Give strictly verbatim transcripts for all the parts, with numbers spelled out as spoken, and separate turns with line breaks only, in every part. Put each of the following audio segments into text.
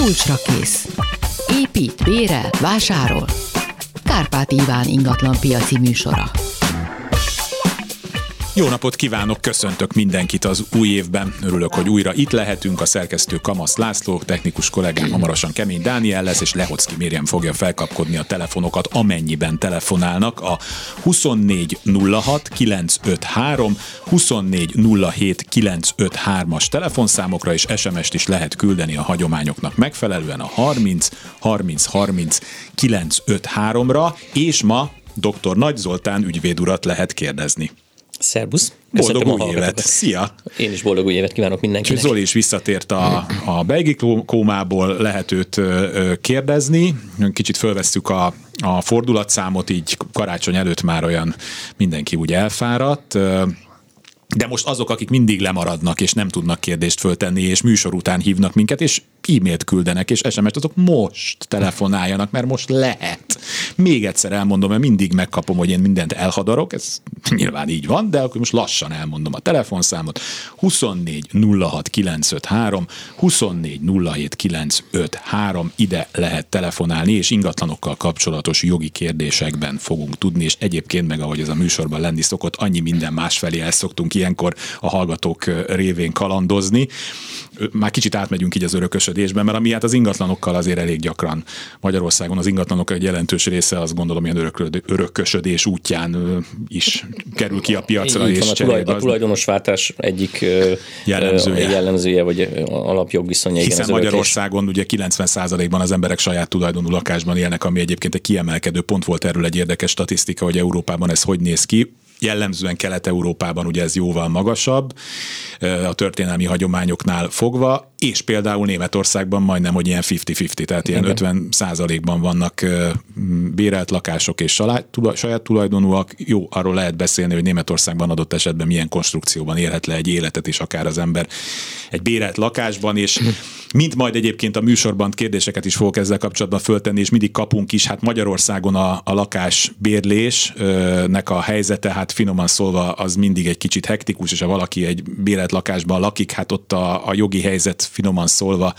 kulcsra kész. Épít, bérel, vásárol. Kárpát Iván ingatlan piaci műsora.
Jó napot kívánok, köszöntök mindenkit az új évben. Örülök, hogy újra itt lehetünk. A szerkesztő Kamasz László, technikus kollégám hamarosan Kemény Dániel lesz, és Lehocki Miriam fogja felkapkodni a telefonokat, amennyiben telefonálnak a huszonnégy nulla hat kilenc öt három, huszonnégy nulla hét kilenc öt hármas telefonszámokra, és es em est is lehet küldeni a hagyományoknak megfelelően a harminc harminc harminc kilenc öt háromra, és ma dr. Nagy Zoltán ügyvéd urat lehet kérdezni.
Szerbusz!
Boldog új évet! Szia!
Én is boldog új évet kívánok mindenkinek.
Zoli is visszatért a, a belgi kómából, lehet őt kérdezni. Kicsit fölvesszük a, a fordulatszámot, így karácsony előtt már olyan mindenki úgy elfáradt. De most azok, akik mindig lemaradnak, és nem tudnak kérdést föltenni, és műsor után hívnak minket, és e-mailt küldenek, és es em est, azok most telefonáljanak, mert most lehet. Még egyszer elmondom, mert mindig megkapom, hogy én mindent elhadarok, ez nyilván így van, de akkor most lassan elmondom a telefonszámot. huszonnégy nulla hat kilenc öt három, huszonnégy nulla hét kilenc öt három, ide lehet telefonálni, és ingatlanokkal kapcsolatos jogi kérdésekben fogunk tudni, és egyébként meg, ahogy ez a műsorban lenni szokott, annyi minden másfelé el szoktunk ilyenkor a hallgatók révén kalandozni. Már kicsit átmegyünk így az örökösödésben, mert ami hát az ingatlanokkal azért elég gyakran Magyarországon az ingatlanok egy jelentős része, azt gondolom, ilyen örök, örökösödés útján is kerül ki a piacra. És
van, a, tulaj, a tulajdonosváltás egyik jellemzője, jellemzője vagy alapjogviszonya.
Hiszen igen, Magyarországon ugye kilencven százalékban az emberek saját tulajdonú lakásban élnek, ami egyébként egy kiemelkedő pont volt, erről egy érdekes statisztika, hogy Európában ez hogy néz ki. Jellemzően Kelet-Európában ugye ez jóval magasabb, a történelmi hagyományoknál fogva, és például Németországban majdnem, hogy ilyen fifty-fifty, tehát ilyen igen. ötven százalékban vannak bérelt lakások és saját tulajdonúak. Jó, arról lehet beszélni, hogy Németországban adott esetben milyen konstrukcióban élhet le egy életet is akár az ember egy bérelt lakásban, és mint majd egyébként a műsorban kérdéseket is fogok ezzel kapcsolatban föltenni, és mindig kapunk is, hát Magyarországon a, a lakásbérlésnek a helyzete, hát finoman szólva az mindig egy kicsit hektikus, és ha valaki egy bérelt lakásban lakik, hát ott a, a jogi helyzet finoman szólva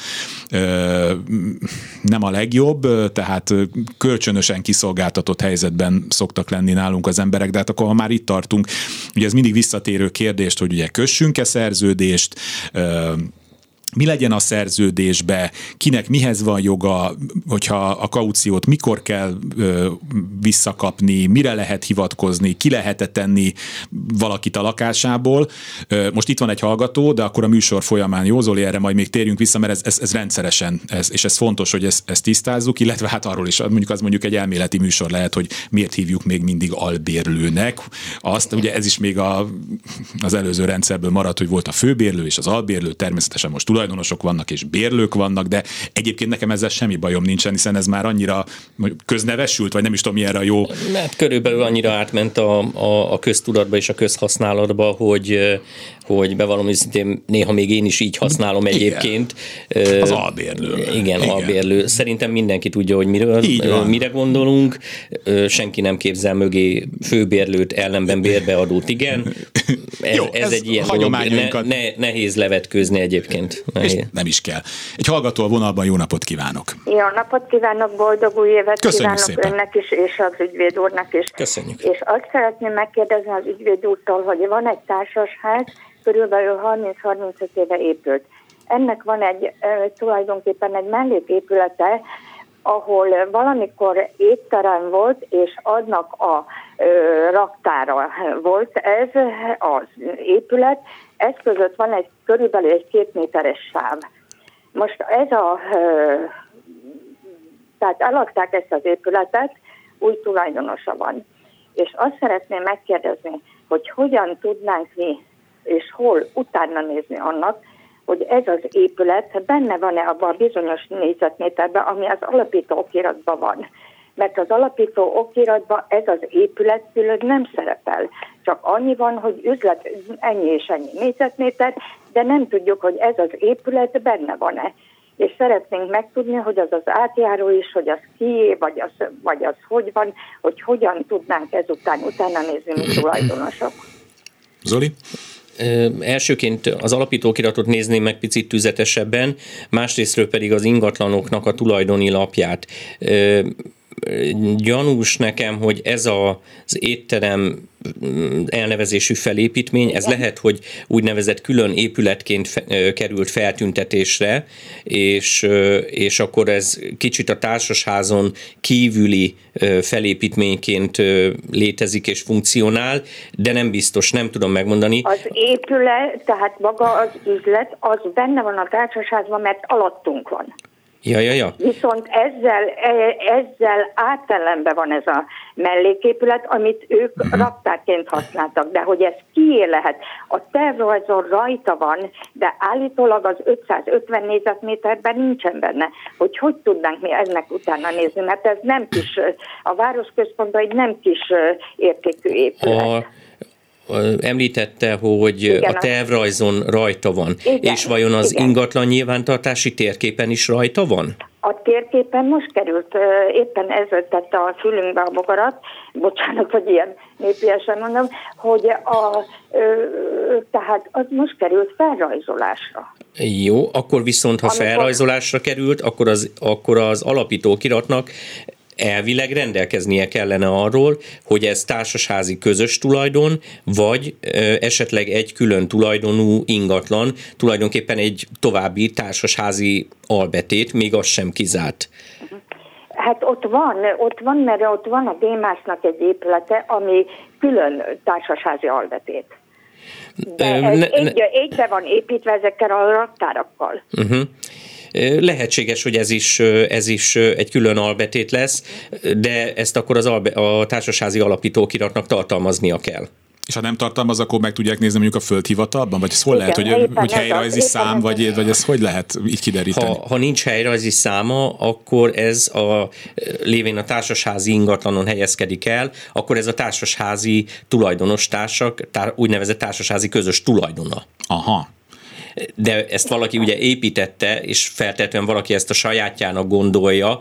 ö, nem a legjobb, tehát kölcsönösen kiszolgáltatott helyzetben szoktak lenni nálunk az emberek, de hát akkor ha már itt tartunk, ugye ez mindig visszatérő kérdést, hogy ugye kössünk-e szerződést, ö, mi legyen a szerződésbe, kinek mihez van joga, hogyha a kauciót mikor kell ö, visszakapni, mire lehet hivatkozni, ki lehet-e tenni valakit a lakásából. Ö, most itt van egy hallgató, de akkor a műsor folyamán, jó Zoli, erre majd még térjünk vissza, mert ez, ez, ez rendszeresen, ez, és ez fontos, hogy ezt, ezt tisztázzuk, illetve hát arról is, mondjuk az mondjuk egy elméleti műsor lehet, hogy miért hívjuk még mindig albérlőnek. Azt, ugye ez is még a, az előző rendszerből maradt, hogy volt a főbérlő és az albérlő, természetesen most tulajdonosok vannak és bérlők vannak, de egyébként nekem ezzel semmi bajom nincsen, hiszen ez már annyira köznevesült, vagy nem is tudom, mi erre a jó.
Mert körülbelül annyira átment a, a, a köztudatba és a közhasználatba, hogy, hogy bevallom őszintén, néha még én is így használom egyébként.
Igen. Az albérlő.
Igen, Igen, albérlő. Szerintem mindenki tudja, hogy miről, mire gondolunk. Senki nem képzel mögé főbérlőt, ellenben bérbeadót. Igen. Ez, jó, ez, ez egy ilyen dolog. Ne, ne, nehéz levetkőzni egyébként.
És nem is kell. Egy hallgató a vonalban, jó napot kívánok!
Jó napot kívánok, boldog új évet
Köszönjük
kívánok
szépen.
Önnek is, és az ügyvéd úrnak is.
Köszönjük.
És azt szeretném megkérdezni az ügyvéd úrtól, hogy van egy társasház, körülbelül harminc-harmincöt éve épült. Ennek van egy e, tulajdonképpen egy melléképülete, ahol valamikor étterem volt, és adnak a e, raktára volt ez az épület. Ez között van egy körülbelül egy két méteres sáv. Most ez a, tehát eladták ezt az épületet, új tulajdonosa van. És azt szeretném megkérdezni, hogy hogyan tudnánk mi, és hol utána nézni annak, hogy ez az épület benne van-e abban a bizonyos négyzetméterben, ami az alapító okiratban van. Mert az alapító okiratban ez az épület külön nem szerepel. Csak annyi van, hogy üzlet ennyi és ennyi négyzetméter, de nem tudjuk, hogy ez az épület benne van-e. És szeretnénk megtudni, hogy az az átjáró is, hogy az kié, vagy az, vagy az hogy van, hogy hogyan tudnánk ezután utána nézni, mi tulajdonosok.
Zoli?
Elsőként az alapítókiratot nézném meg picit tüzetesebben, másrésztről pedig az ingatlanoknak a tulajdoni lapját. Gyanús nekem, hogy ez az étterem elnevezésű felépítmény, ez lehet, hogy úgynevezett külön épületként fe, került feltüntetésre, és, és akkor ez kicsit a társasházon kívüli felépítményként létezik és funkcionál, de nem biztos, nem tudom megmondani.
Az épület, tehát maga az üzlet, az benne van a társasházban, mert alattunk van.
Ja, ja, ja.
Viszont ezzel, ezzel átellenben van ez a melléképület, amit ők uh-huh. raktárként használtak, de hogy ez kié lehet. A tervrajzon rajta van, de állítólag az ötszázötven négyzetméterben nincsen benne. Hogy hogy tudnánk mi ennek utána nézni, mert ez nem kis, a városközpontban egy nem kis értékű épület. A...
Említette, hogy igen, a tervrajzon rajta van. Igen, és vajon az igen. ingatlan nyilvántartási térképen is rajta van?
A térképen most került, éppen ez tette a fülünkbe a bogarat, bocsánat, hogy ilyen népiesen mondom, hogy a, tehát az most került felrajzolásra.
Jó, akkor viszont, ha Amikor... felrajzolásra került, akkor az, akkor az alapítókiratnak elvileg rendelkeznie kellene arról, hogy ez társasházi közös tulajdon, vagy ö, esetleg egy külön tulajdonú ingatlan, tulajdonképpen egy további társasházi albetét, még az sem kizárt.
Hát ott van, ott van, mert ott van a Démásznak egy épülete, ami külön társasházi albetét. De ez ne, egy, egybe van építve ezekkel a raktárakkal.
Uh-huh. Lehetséges, hogy ez is, ez is egy külön albetét lesz, de ezt akkor az albe, a társasházi alapítókiratnak tartalmaznia kell.
És ha nem tartalmaz, akkor meg tudják nézni mondjuk a földhivatalban? Vagy ez hol igen, lehet, hogy, hogy helyrajzi szám, vagy, vagy ez hogy lehet így kideríteni?
Ha, ha nincs helyrajzi száma, akkor ez a lévén a társasházi ingatlanon helyezkedik el, akkor ez a társasházi tulajdonos társak, tá, úgynevezett társasházi közös tulajdona.
Aha.
De ezt valaki ugye építette, és feltétlenül valaki ezt a sajátjának gondolja,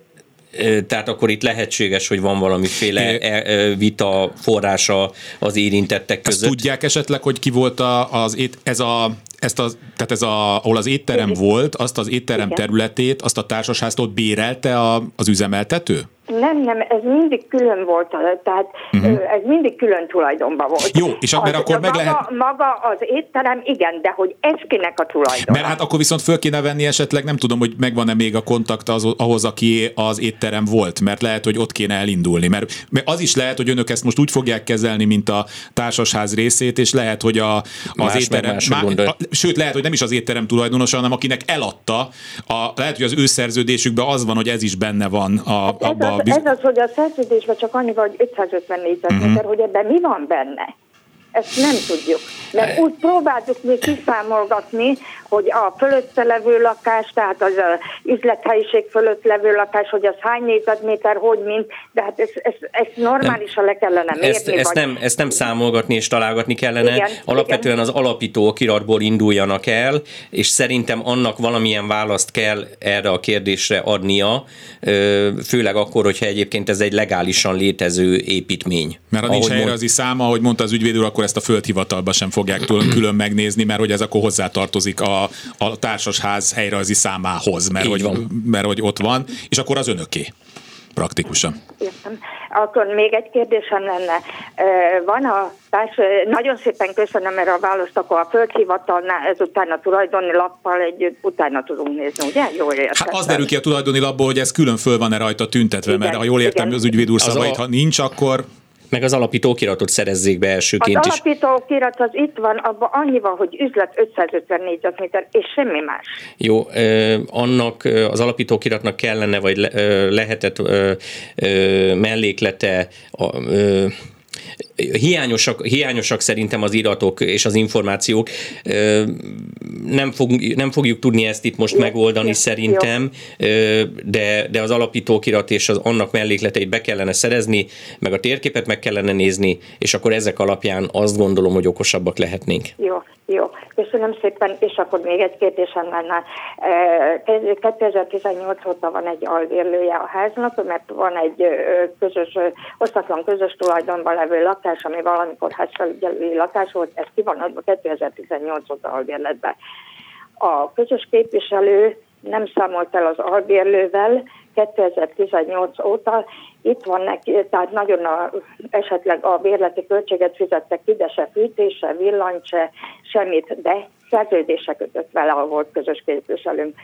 tehát akkor itt lehetséges, hogy van valamiféle vita forrása az érintettek között.
Ezt tudják esetleg, hogy ki volt az ét, ez a ezt az, tehát ez a, ahol az étterem igen. volt, azt az étterem igen. területét, azt a társasháztól bérelte a, az üzemeltető?
Nem, nem, ez mindig külön volt, tehát uh-huh. ez mindig külön tulajdonban volt.
Jó, és az, mert akkor meg
maga,
lehet...
Maga az étterem, igen, de hogy ez kinek a tulajdon?
Mert hát akkor viszont föl kéne venni esetleg, nem tudom, hogy megvan-e még a kontakt az, ahhoz, aki az étterem volt, mert lehet, hogy ott kéne elindulni. Mert, mert az is lehet, hogy önök ezt most úgy fogják kezelni, mint a társasház részét, és lehet, hogy a, az
más
étterem... Má, a, sőt, lehet, hogy nem is az étterem tulajdonosa, hanem akinek eladta, a, lehet, hogy az ő szerződésükben az van, hogy ez is benne van a,
hát ez
abba
az,
biz...
Ez az, hogy a szerződésben csak annyi van, hogy ötszázötven négyzetméter, uh-huh. hogy ebben mi van benne? Ezt nem tudjuk. Mert úgy próbáltuk még kiszámolgatni, hogy a fölötte levő lakás, tehát az üzlethelyiség fölött levő lakás, hogy az hány négyzetméter, hogy mint, de hát ezt, ezt, ezt normálisan le kellene mérni.
Ezt, ezt,
vagy...
nem, ezt nem számolgatni és találgatni kellene. Igen, alapvetően igen. az alapító kiratból induljanak el, és szerintem annak valamilyen választ kell erre a kérdésre adnia, főleg akkor, hogyha egyébként ez egy legálisan létező építmény.
Mert ha nincs helyrajzi száma, ahogy mondta az ügyvéd úr, akkor ezt a földhivatalba sem fogják külön megnézni, mert hogy ez akkor hozzátartozik a, a társasház helyrajzi számához, mert hogy, mert hogy ott van, és akkor az önöké. Praktikusan.
Értem. Akkor még egy kérdésem lenne. Van a társ... Nagyon szépen köszönöm erre a választ, akkor a földhivatalnál ezután a tulajdoni lappal együtt utána tudunk nézni, ugye? Jól értettem.
Hát az derül ki a tulajdoni lapból, hogy ez külön föl van-e rajta tüntetve, igen, mert ha jól értem igen. az ügyvéd úr szavait, a... ha nincs, akkor...
Meg az alapítókiratot szerezzék be elsőként
az
is.
Az alapítókirat az itt van, abban annyi van, hogy üzlet ötszázötven négyzetméter, és semmi más.
Jó, eh, annak az alapítókiratnak kellene, vagy le, eh, lehetett eh, eh, melléklete... Eh, Hiányosak, hiányosak szerintem az iratok és az információk. Nem, fog, nem fogjuk tudni ezt itt most jó, megoldani jó, szerintem, jó. De, de az alapítókirat és az, annak mellékleteit be kellene szerezni, meg a térképet meg kellene nézni, és akkor ezek alapján azt gondolom, hogy okosabbak lehetnénk.
Jó. Jó, köszönöm szépen, és akkor még egy kérdésem lenne. kétezer-tizennyolc óta van egy albérlője a háznak, mert van egy közös, osztatlan közös tulajdonban levő lakás, ami valamikor házfelügyelői lakás volt, ez ki van adva kétezer-tizennyolc óta albérletben. A közös képviselő nem számolt el az albérlővel kétezer-tizennyolc óta, itt van neki, tehát nagyon a, esetleg a bérleti költséget fizettek ki, de se fűtés, se villany, se semmit, de szerződése kötött vele, ahol volt közös képviselőnk.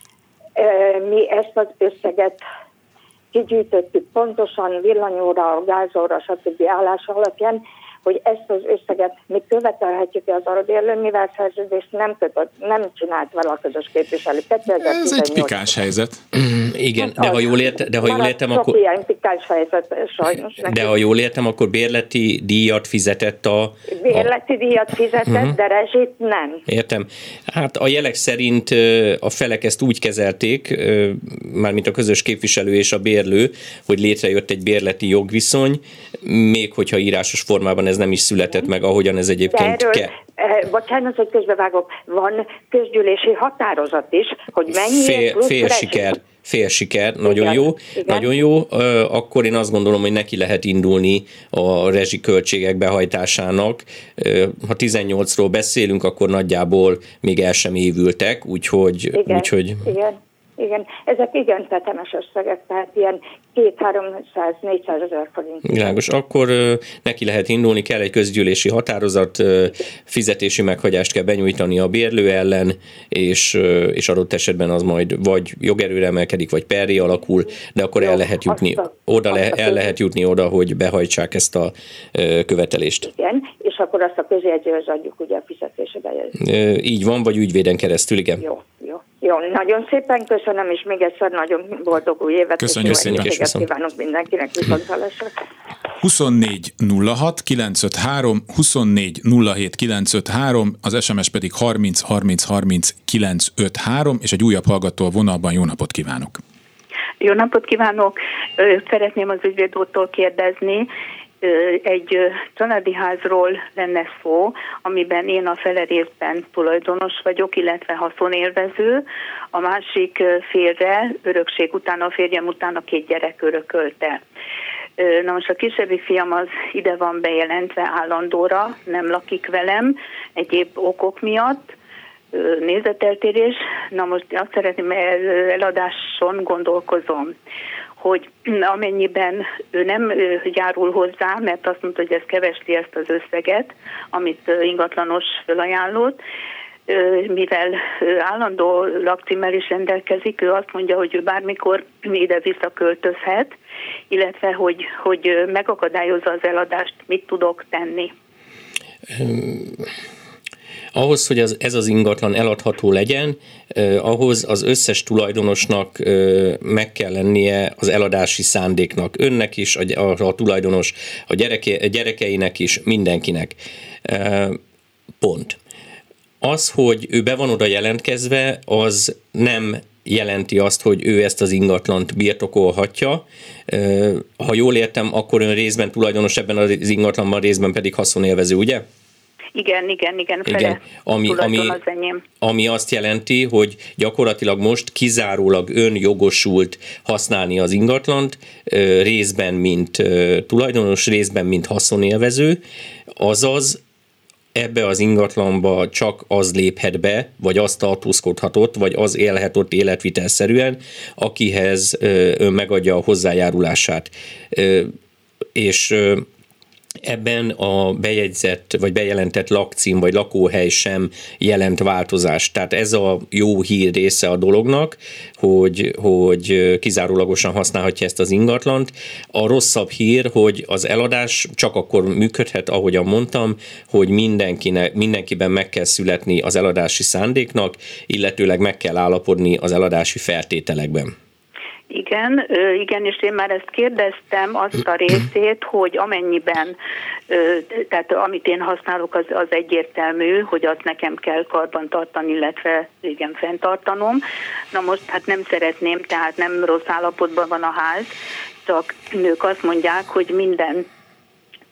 Mi ezt az összeget kigyűjtöttük pontosan villanyóra, gázóra, stb. Állás alapján, hogy ezt az összeget mi követelhetjük az albérlő, mivel szerződést nem kötött, nem csinált vele a közös képviselő.
Ez egy pikáns helyzet.
Mm, igen, de ha jól értem, de ha jól értem, akkor...
Ilyen pikáns helyzet, sajnos.
De ha jól értem, akkor bérleti díjat fizetett a...
Bérleti díjat fizetett, uh-huh. de rezsit nem.
Értem. Hát a jelek szerint a felek ezt úgy kezelték, mármint a közös képviselő és a bérlő, hogy létrejött egy bérleti jogviszony, még hogyha írásos formában ez nem is született meg, ahogyan ez egyébként
erről,
kell.
Eh, bocsánat, hogy közbevágok, van közgyűlési határozat is, hogy mennyi
fél, fél siker, fél siker, nagyon igen, jó, igen. nagyon jó. Akkor én azt gondolom, hogy neki lehet indulni a rezsiköltségek behajtásának. Ha tizennyolcról beszélünk, akkor nagyjából még el sem évültek, úgyhogy...
Igen,
úgyhogy...
igen. Igen, ezek igen tetemes összegek, tehát ilyen kétszáz-háromszáz-négyszáz ezer forint.
Világos, akkor ö, neki lehet indulni, kell egy közgyűlési határozat, ö, fizetési meghagyást kell benyújtani a bérlő ellen, és, ö, és adott esetben az majd vagy jogerőre emelkedik, vagy perré alakul, de akkor Jó, el lehet jutni a, oda, le, el lehet jutni oda, hogy behajtsák ezt a ö, követelést.
Igen, és akkor azt a közjegyzőhöz adjuk ugye a fizetésébe.
Így van, vagy ügyvéden keresztül, igen.
Jó, jó. Jó, nagyon szépen köszönöm, és még egyszer nagyon boldog új évet.
Köszönjük szépen.
És kívánok mindenkinek, viszontlátásra.
huszonnégy nulla hat kilenc öt három, huszonnégy nulla hét kilenc öt három, az es em es pedig harminc harminc harminc kilenc öt három, és egy újabb hallgató a vonalban. Jó napot kívánok!
Jó napot kívánok! Szeretném az ügyvédúrtól kérdezni, egy családi házról lenne szó, amiben én a fele részben tulajdonos vagyok, illetve haszonélvező, a másik félre örökség után, a férjem után a két gyerek örökölte. Na most a kisebbik fiam az ide van bejelentve állandóra, nem lakik velem egyéb okok miatt, nézeteltérés. Na most azt szeretném, eladáson gondolkozom, hogy amennyiben ő nem járul hozzá, mert azt mondta, hogy ez kevesli ezt az összeget, amit ingatlanos felajánlott, mivel állandó lakcímmel is rendelkezik, ő azt mondja, hogy ő bármikor ide visszaköltözhet, illetve hogy, hogy megakadályozza az eladást, mit tudok tenni.
Ahhoz, hogy az, ez az ingatlan eladható legyen, eh, ahhoz az összes tulajdonosnak eh, meg kell lennie az eladási szándéknak, önnek is, a, a, a tulajdonos, a, gyereke, a gyerekeinek is, mindenkinek. Eh, pont. Az, hogy ő be van oda jelentkezve, az nem jelenti azt, hogy ő ezt az ingatlant birtokolhatja. Eh, ha jól értem, akkor ön részben tulajdonos ebben az ingatlanban, részben pedig haszonélvező, ugye?
Igen, igen, igen, fele
igen. Ami, ami,
az enyém.
Ami azt jelenti, hogy gyakorlatilag most kizárólag ön jogosult használni az ingatlant, részben mint tulajdonos, részben mint haszonélvező, azaz ebbe az ingatlanba csak az léphet be, vagy az tartózkodhatott, vagy az élhet ott életvitelszerűen, akihez ön megadja a hozzájárulását. És ebben a bejegyzett vagy bejelentett lakcím vagy lakóhely sem jelent változást. Tehát ez a jó hír része a dolognak, hogy, hogy kizárólagosan használhatja ezt az ingatlant. A rosszabb hír, hogy az eladás csak akkor működhet, ahogyan mondtam, hogy mindenkinek, mindenkiben meg kell születni az eladási szándéknak, illetőleg meg kell állapodni az eladási feltételekben.
Igen, igen, és én már ezt kérdeztem, azt a részét, hogy amennyiben, tehát amit én használok, az, az egyértelmű, hogy azt nekem kell karban tartani, illetve igen, fenntartanom. Na most hát nem szeretném, tehát nem rossz állapotban van a ház, csak nők azt mondják, hogy minden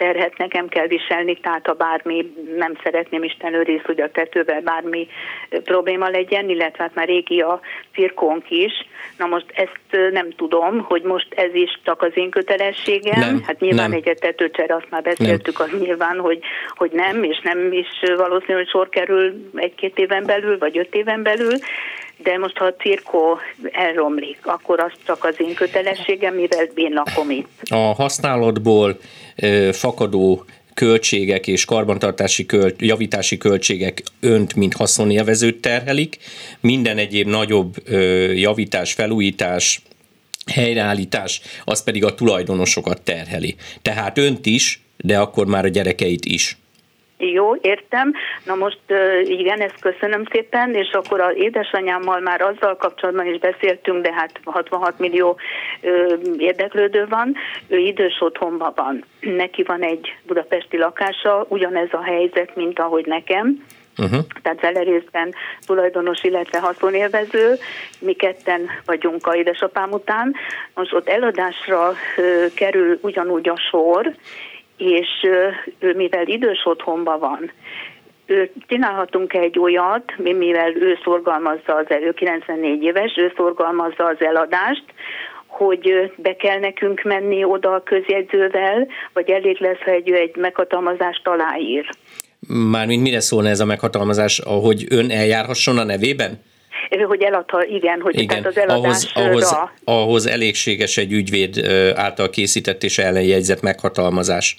terhet nekem kell viselni, tehát ha bármi, nem szeretném Isten őriz, hogy a tetővel bármi probléma legyen, illetve hát már régi a cirkónk is. Na most ezt nem tudom, hogy most ez is csak az én kötelességem.
Nem,
hát nyilván
nem.
egy tetőcsere, azt már beszéltük, nem. Az nyilván, hogy, hogy nem, és nem is valószínű, hogy sor kerül egy-két éven belül, vagy öt éven belül, de most ha a cirkó elromlik, akkor az csak az én kötelességem, mivel én lakom itt.
A használatból ö, fakadó költségek és karbantartási költ, javítási költségek önt, mint haszonélvezőt terhelik, minden egyéb nagyobb ö, javítás, felújítás, helyreállítás, az pedig a tulajdonosokat terheli. Tehát önt is, de akkor már a gyerekeit is.
Jó, értem. Na most igen, ezt köszönöm szépen, és akkor az édesanyámmal már azzal kapcsolatban is beszéltünk, de hát hatvanhat millió érdeklődő van, ő idős otthonban van. Neki van egy budapesti lakása, ugyanez a helyzet, mint ahogy nekem. Uh-huh. Tehát vele részben tulajdonos, illetve haszonélvező, mi ketten vagyunk a édesapám után. Most ott eladásra kerül ugyanúgy a sor, és ő, mivel idős otthonban van, ő, csinálhatunk egy olyat, mivel ő szorgalmazza az elő, kilencvennégy éves, ő szorgalmazza az eladást, hogy be kell nekünk menni oda a közjegyzővel, vagy elég lesz, ha egy, egy meghatalmazást aláír.
Mármint mire szólna ez a meghatalmazás, ahogy ön eljárhasson a nevében?
Hogy eladta, igen, hogy
igen.
Tehát az eladásra...
Ahhoz, ahhoz, ahhoz elégséges egy ügyvéd által készített és ellenjegyzett meghatalmazás.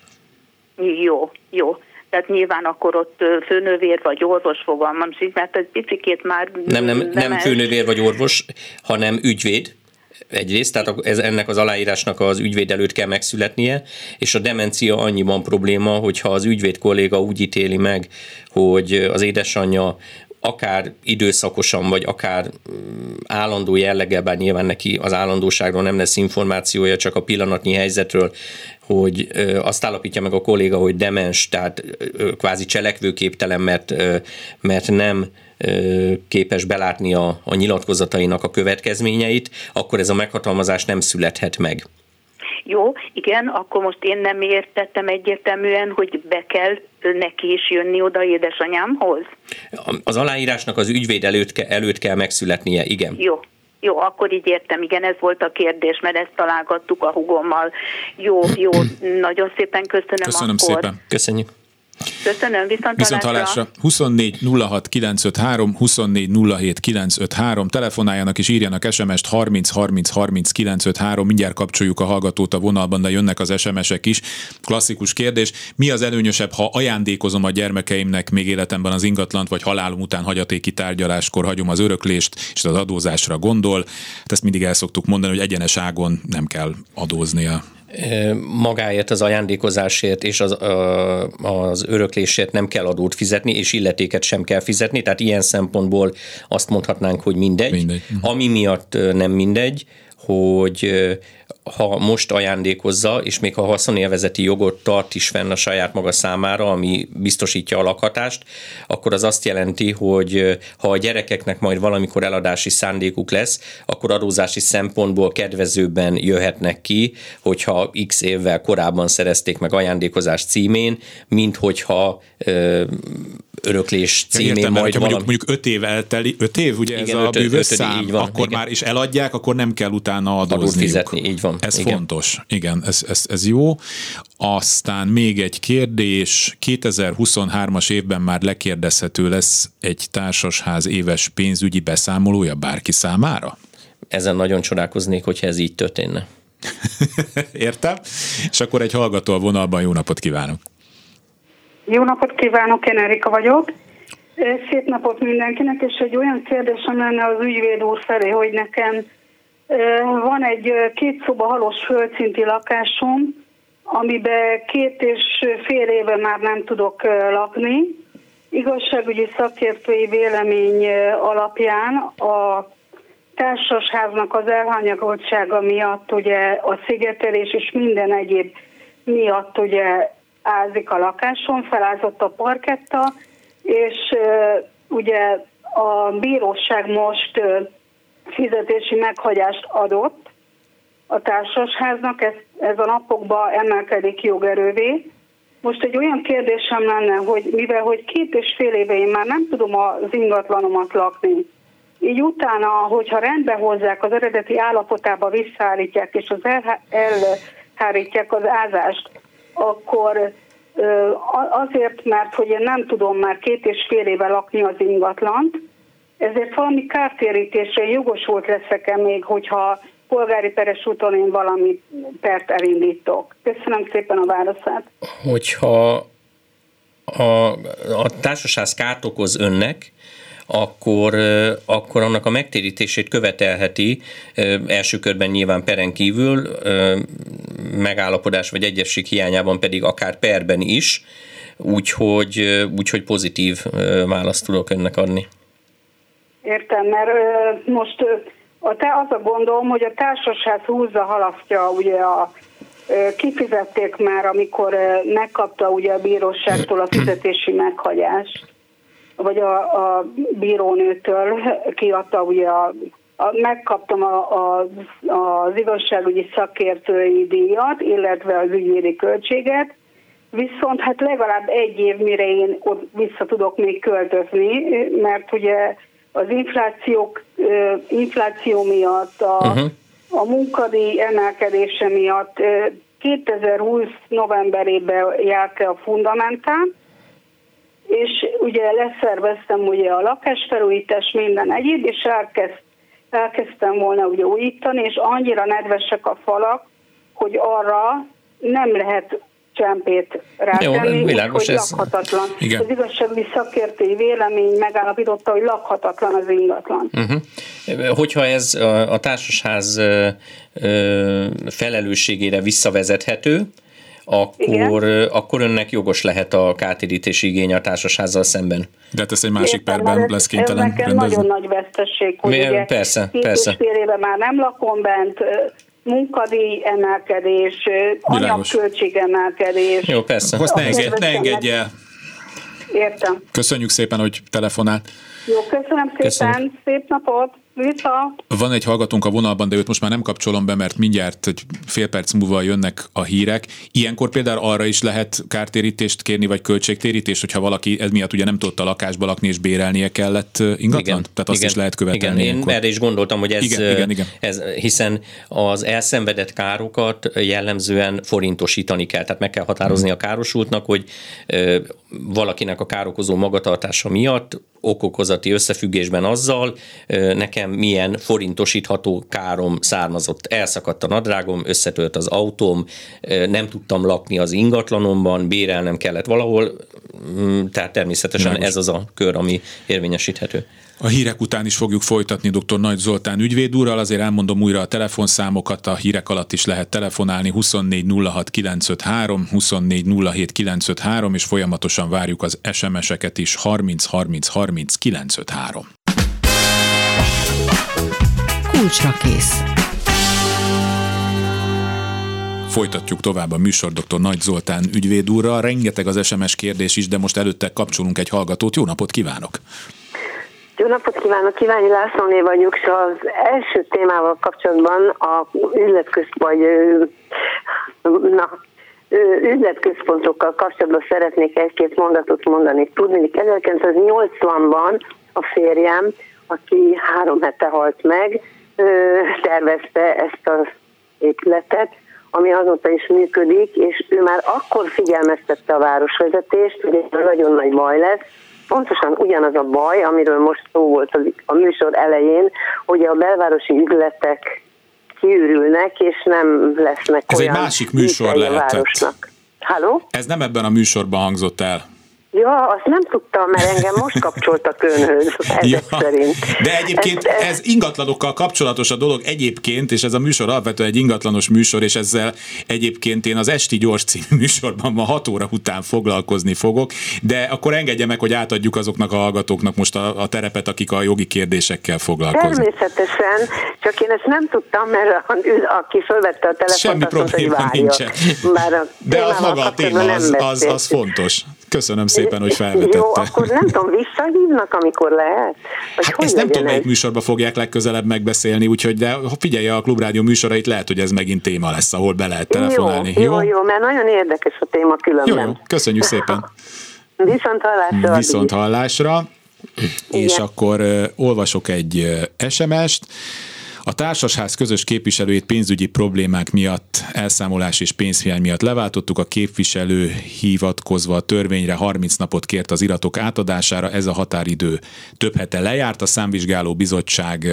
Jó, jó. Tehát nyilván akkor ott főnövér vagy orvos fogalmam sincs, mert egy picikét már...
Nem, nem, nem, nem főnövér vagy orvos, hanem ügyvéd. Egyrészt, tehát ez, ennek az aláírásnak az ügyvéd előtt kell megszületnie, és a demencia annyiban probléma, hogyha az ügyvéd kolléga úgy ítéli meg, hogy az édesanyja akár időszakosan, vagy akár állandó jelleggel, bár nyilván neki az állandóságról nem lesz információja, csak a pillanatnyi helyzetről, hogy azt állapítja meg a kolléga, hogy demens, tehát kvázi cselekvőképtelen, mert, mert nem képes belátni a, a nyilatkozatainak a következményeit, akkor ez a meghatalmazás nem születhet meg.
Jó, igen, akkor most én nem értettem egyértelműen, hogy be kell neki is jönni oda édesanyámhoz.
Az aláírásnak az ügyvéd előtt, ke, előtt kell megszületnie, igen.
Jó. Jó, akkor így értem, igen, ez volt a kérdés, mert ezt találgattuk a hugommal. Jó, jó, nagyon szépen köszönöm.
Köszönöm
akkor.
szépen.
Köszönjük.
Köszönöm, viszont,
viszont hallásra. huszonnégy nulla hat kilencszázötvenhárom, huszonnégy nulla hét kilencszázötvenhárom, telefonáljanak és írjanak es em est harminc harminc harminc kilencszázötvenhárom, mindjárt kapcsoljuk a hallgatót a vonalban, de jönnek az es em esek is. Klasszikus kérdés, mi az előnyösebb, ha ajándékozom a gyermekeimnek még életemben az ingatlant, vagy halálom után hagyatéki tárgyaláskor hagyom az öröklést, és az adózásra gondol? Ezt mindig el szoktuk mondani, hogy egyenes ágon nem kell adóznia.
Magáért, az ajándékozásért és az, az öröklésért nem kell adót fizetni, és illetéket sem kell fizetni, tehát ilyen szempontból azt mondhatnánk, hogy mindegy. mindegy. Ami miatt nem mindegy, hogy ha most ajándékozza, és még ha haszonélvezeti jogot tart is fenn a saját maga számára, ami biztosítja a lakhatást, akkor az azt jelenti, hogy ha a gyerekeknek majd valamikor eladási szándékuk lesz, akkor adózási szempontból kedvezőbben jöhetnek ki, hogyha x évvel korábban szerezték meg ajándékozás címén, mint hogyha ö, öröklés címén
értem,
majd
valami...
mondjuk,
mondjuk öt év elteli, öt év, ugye igen, ez öt, a bűvös szám, van, akkor igen. Már is eladják, akkor nem kell utána adózniuk.
Fizetni, így van.
Ez
igen.
fontos, igen, ez, ez, ez jó. Aztán még egy kérdés, kétezer-huszonhármas évben már lekérdezhető lesz egy társasház éves pénzügyi beszámolója bárki számára?
Ezen nagyon csodálkoznék, hogyha ez így történne.
Értem? És akkor egy hallgató a vonalban, jó napot kívánok!
Jó napot kívánok, én Erika vagyok. Szép napot mindenkinek, és egy olyan kérdésem lenne az ügyvéd úr felé, hogy nekem van egy két szoba halos földszinti lakásom, amiben két és fél éve már nem tudok lakni. Igazságügyi szakértői vélemény alapján a társasháznak az elhanyagoltsága miatt, ugye a szigetelés és minden egyéb miatt ugye ázik a lakáson, felázott a parketta, és uh, ugye a bíróság most uh, fizetési meghagyást adott a társasháznak, ez, ez a napokban emelkedik jogerővé, Most egy olyan kérdésem lenne, hogy mivel hogy két és fél éve én már nem tudom az ingatlanomat lakni, így utána, hogyha rendbe hozzák, az eredeti állapotába visszaállítják, és az elhárítják az ázást, akkor azért, mert hogy én nem tudom már két és fél éve lakni az ingatlant, ezért valami kártérítésre jogosult leszek-e még, hogyha polgári peres úton én valami pert elindítok. Köszönöm szépen a válaszát.
Hogyha a, a társaság kárt okoz önnek, akkor, akkor annak a megtérítését követelheti első körben nyilván peren kívül, megállapodás vagy egyesség hiányában pedig akár perben is, úgyhogy, úgyhogy pozitív választ tudok önnek adni.
Értem, mert most a te az a gondom, hogy a társasház húzza, halasztja, ugye a, kifizették már, amikor megkapta ugye a bíróságtól a fizetési meghagyást, vagy a, a bírónőtől kiadta ugye a, a megkaptam a, a, az igazságügyi szakértői díjat, illetve az ügyvédi költséget, viszont hát legalább egy év, mire én ott vissza tudok még költözni, mert ugye az inflációk, infláció miatt, a, uh-huh. a munkadíj emelkedése miatt kétezer-húsz novemberében járt el a fundamentán, és ugye leszerveztem ugye a lakásfelújítás, minden egyéb, és elkezd, elkezdtem volna ugye újítani, és annyira nedvesek a falak, hogy arra nem lehet csempét rátenni,
Jó, világos,
hogy
ez...
lakhatatlan.
Igen.
Az igazságügyi szakértői vélemény megállapította, hogy lakhatatlan az ingatlan.
Uh-huh. Hogyha ez a, a társasház ö, ö, felelősségére visszavezethető, akkor, akkor önnek jogos lehet a kártérítési igény a társasházzal szemben.
De hát ez egy másik
Értem,
perben lesz kénytelen
rendezni. Ez
rendezni.
nagyon nagy vesztesség, hogy
Mi,
ugye
persze,
két
persze.
és fél éve már nem lakom bent, munkadíj emelkedés, anyagköltség emelkedés.
Jó, persze.
Azt ne, engedj, ne engedj el.
Értem.
Köszönjük szépen, hogy telefonált.
Jó, köszönöm szépen,
Köszönjük.
Szép napot, vissza!
Van egy hallgatónk a vonalban, de őt most már nem kapcsolom be, mert mindjárt egy fél perc múlva jönnek a hírek. Ilyenkor például arra is lehet kártérítést kérni, vagy költségtérítést, hogyha valaki ez miatt ugye nem tudott a lakásba lakni, és bérelnie kellett ingatlan? Igen, Tehát azt
igen,
is lehet követelni.
Igen, ilyenkor. Én erre is gondoltam, hogy ez,
igen, igen, igen.
ez, hiszen az elszenvedett károkat jellemzően forintosítani kell, tehát meg kell határozni hmm. a károsultnak, hogy ö, valakinek a károkozó magatartása miatt okokozati összefüggésben azzal nekem milyen forintosítható károm származott. Elszakadt a nadrágom, összetölt az autóm, nem tudtam lakni az ingatlanomban, bérelnem kellett valahol, tehát természetesen Lágos. Ez az a kör, ami érvényesíthető.
A hírek után is fogjuk folytatni dr. Nagy Zoltán ügyvéd úrral, azért elmondom újra a telefonszámokat, a hírek alatt is lehet telefonálni huszonnégy nulla hat kilencszázötvenhárom, huszonnégy nulla hét kilencszázötvenhárom, és folyamatosan várjuk az es em es-eket is harminc harminc harminc kilencszázötvenhárom.
Kulcsra kész.
Folytatjuk tovább a műsor dr. Nagy Zoltán ügyvéd úrral. Rengeteg az es em es kérdés is, de most előtte kapcsolunk egy hallgatót. Jó napot kívánok!
Jó napot kívánok, Kiványi Lászlóné vagyok, és az első témával kapcsolatban a üzletközt, vagy na, üzletközpontokkal kapcsolatban szeretnék egy-két mondatot mondani. Tudni, ezerkilencszáznyolcvanban a férjem, aki három hete halt meg, tervezte ezt az épületet, ami azóta is működik, és ő már akkor figyelmeztette a városvezetést, hogy ez nagyon nagy baj lesz. Pontosan ugyanaz a baj, amiről most szó volt a műsor elején, hogy a belvárosi üzletek kiürülnek, és nem lesznek
ez
olyan...
Ez egy másik műsor lehetett.
Halló?
Ez nem ebben a műsorban hangzott el.
Ja, azt nem tudtam, mert engem most kapcsoltak önhöz, ezek ja, szerint.
De egyébként ez, ez ingatlanokkal kapcsolatos a dolog egyébként, és ez a műsor alapvetően egy ingatlanos műsor, és ezzel egyébként én az Esti Gyors című műsorban ma hat óra után foglalkozni fogok, de akkor engedje meg, hogy átadjuk azoknak a hallgatóknak most a, a terepet, akik a jogi kérdésekkel foglalkoznak.
Természetesen, csak én ezt nem tudtam, mert aki fölvette a telefont,
semmi
azt mondta,
probléma
hogy
nincsen.
Bár a
de az maga a téma, az, az, az fontos. Köszönöm szépen, hogy felvetette.
Jó, akkor nem tudom, visszahívnak, amikor lehet?
Vagy hát ezt nem tudom, melyik műsorban fogják legközelebb megbeszélni, úgyhogy de figyelj a Klubrádió műsorait, lehet, hogy ez megint téma lesz, ahol be lehet telefonálni.
Jó, jó, jó, jó, mert nagyon érdekes a téma különben.
Jó, jó, köszönjük szépen.
Viszont hallásra.
Viszont hallásra. És akkor uh, olvasok egy uh, es em est. A társasház közös képviselőjét pénzügyi problémák miatt, elszámolás és pénzhiány miatt leváltottuk. A képviselő hivatkozva a törvényre harminc napot kért az iratok átadására. Ez a határidő több hete lejárt. A számvizsgáló bizottság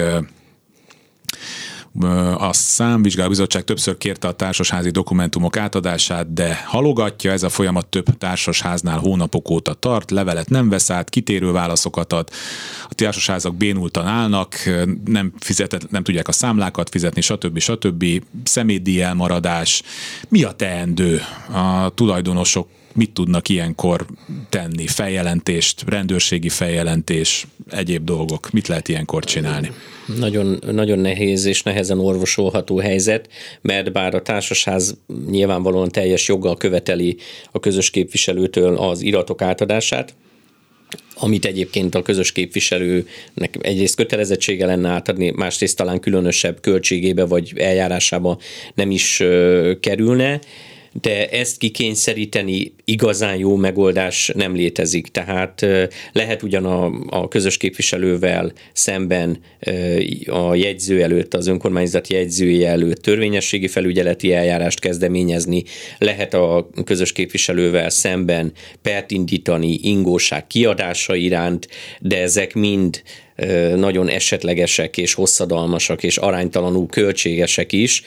A számvizsgáló bizottság többször kérte a társasházi dokumentumok átadását, de halogatja. Ez a folyamat több társasháznál hónapok óta tart, levelet nem vesz át, kitérő válaszokat ad. A társasházak bénultan állnak, nem, fizetet, nem tudják a számlákat fizetni, stb. stb. Személydíj elmaradás. Mi a teendő? A tulajdonosok mit tudnak ilyenkor tenni? Feljelentést, rendőrségi feljelentés, egyéb dolgok. Mit lehet ilyenkor csinálni?
Nagyon, nagyon nehéz és nehezen orvosolható helyzet, mert bár a társasház nyilvánvalóan teljes joggal követeli a közös képviselőtől az iratok átadását, amit egyébként a közös képviselőnek egyrészt kötelezettsége lenne átadni, másrészt talán különösebb költségébe vagy eljárásába nem is kerülne, de ezt kikényszeríteni igazán jó megoldás nem létezik. Tehát lehet ugyan a, a közös képviselővel szemben a jegyző előtt, az önkormányzat jegyzője előtt törvényességi felügyeleti eljárást kezdeményezni, lehet a közös képviselővel szemben pert indítani ingóság kiadása iránt, de ezek mind nagyon esetlegesek és hosszadalmasak és aránytalanul költségesek is.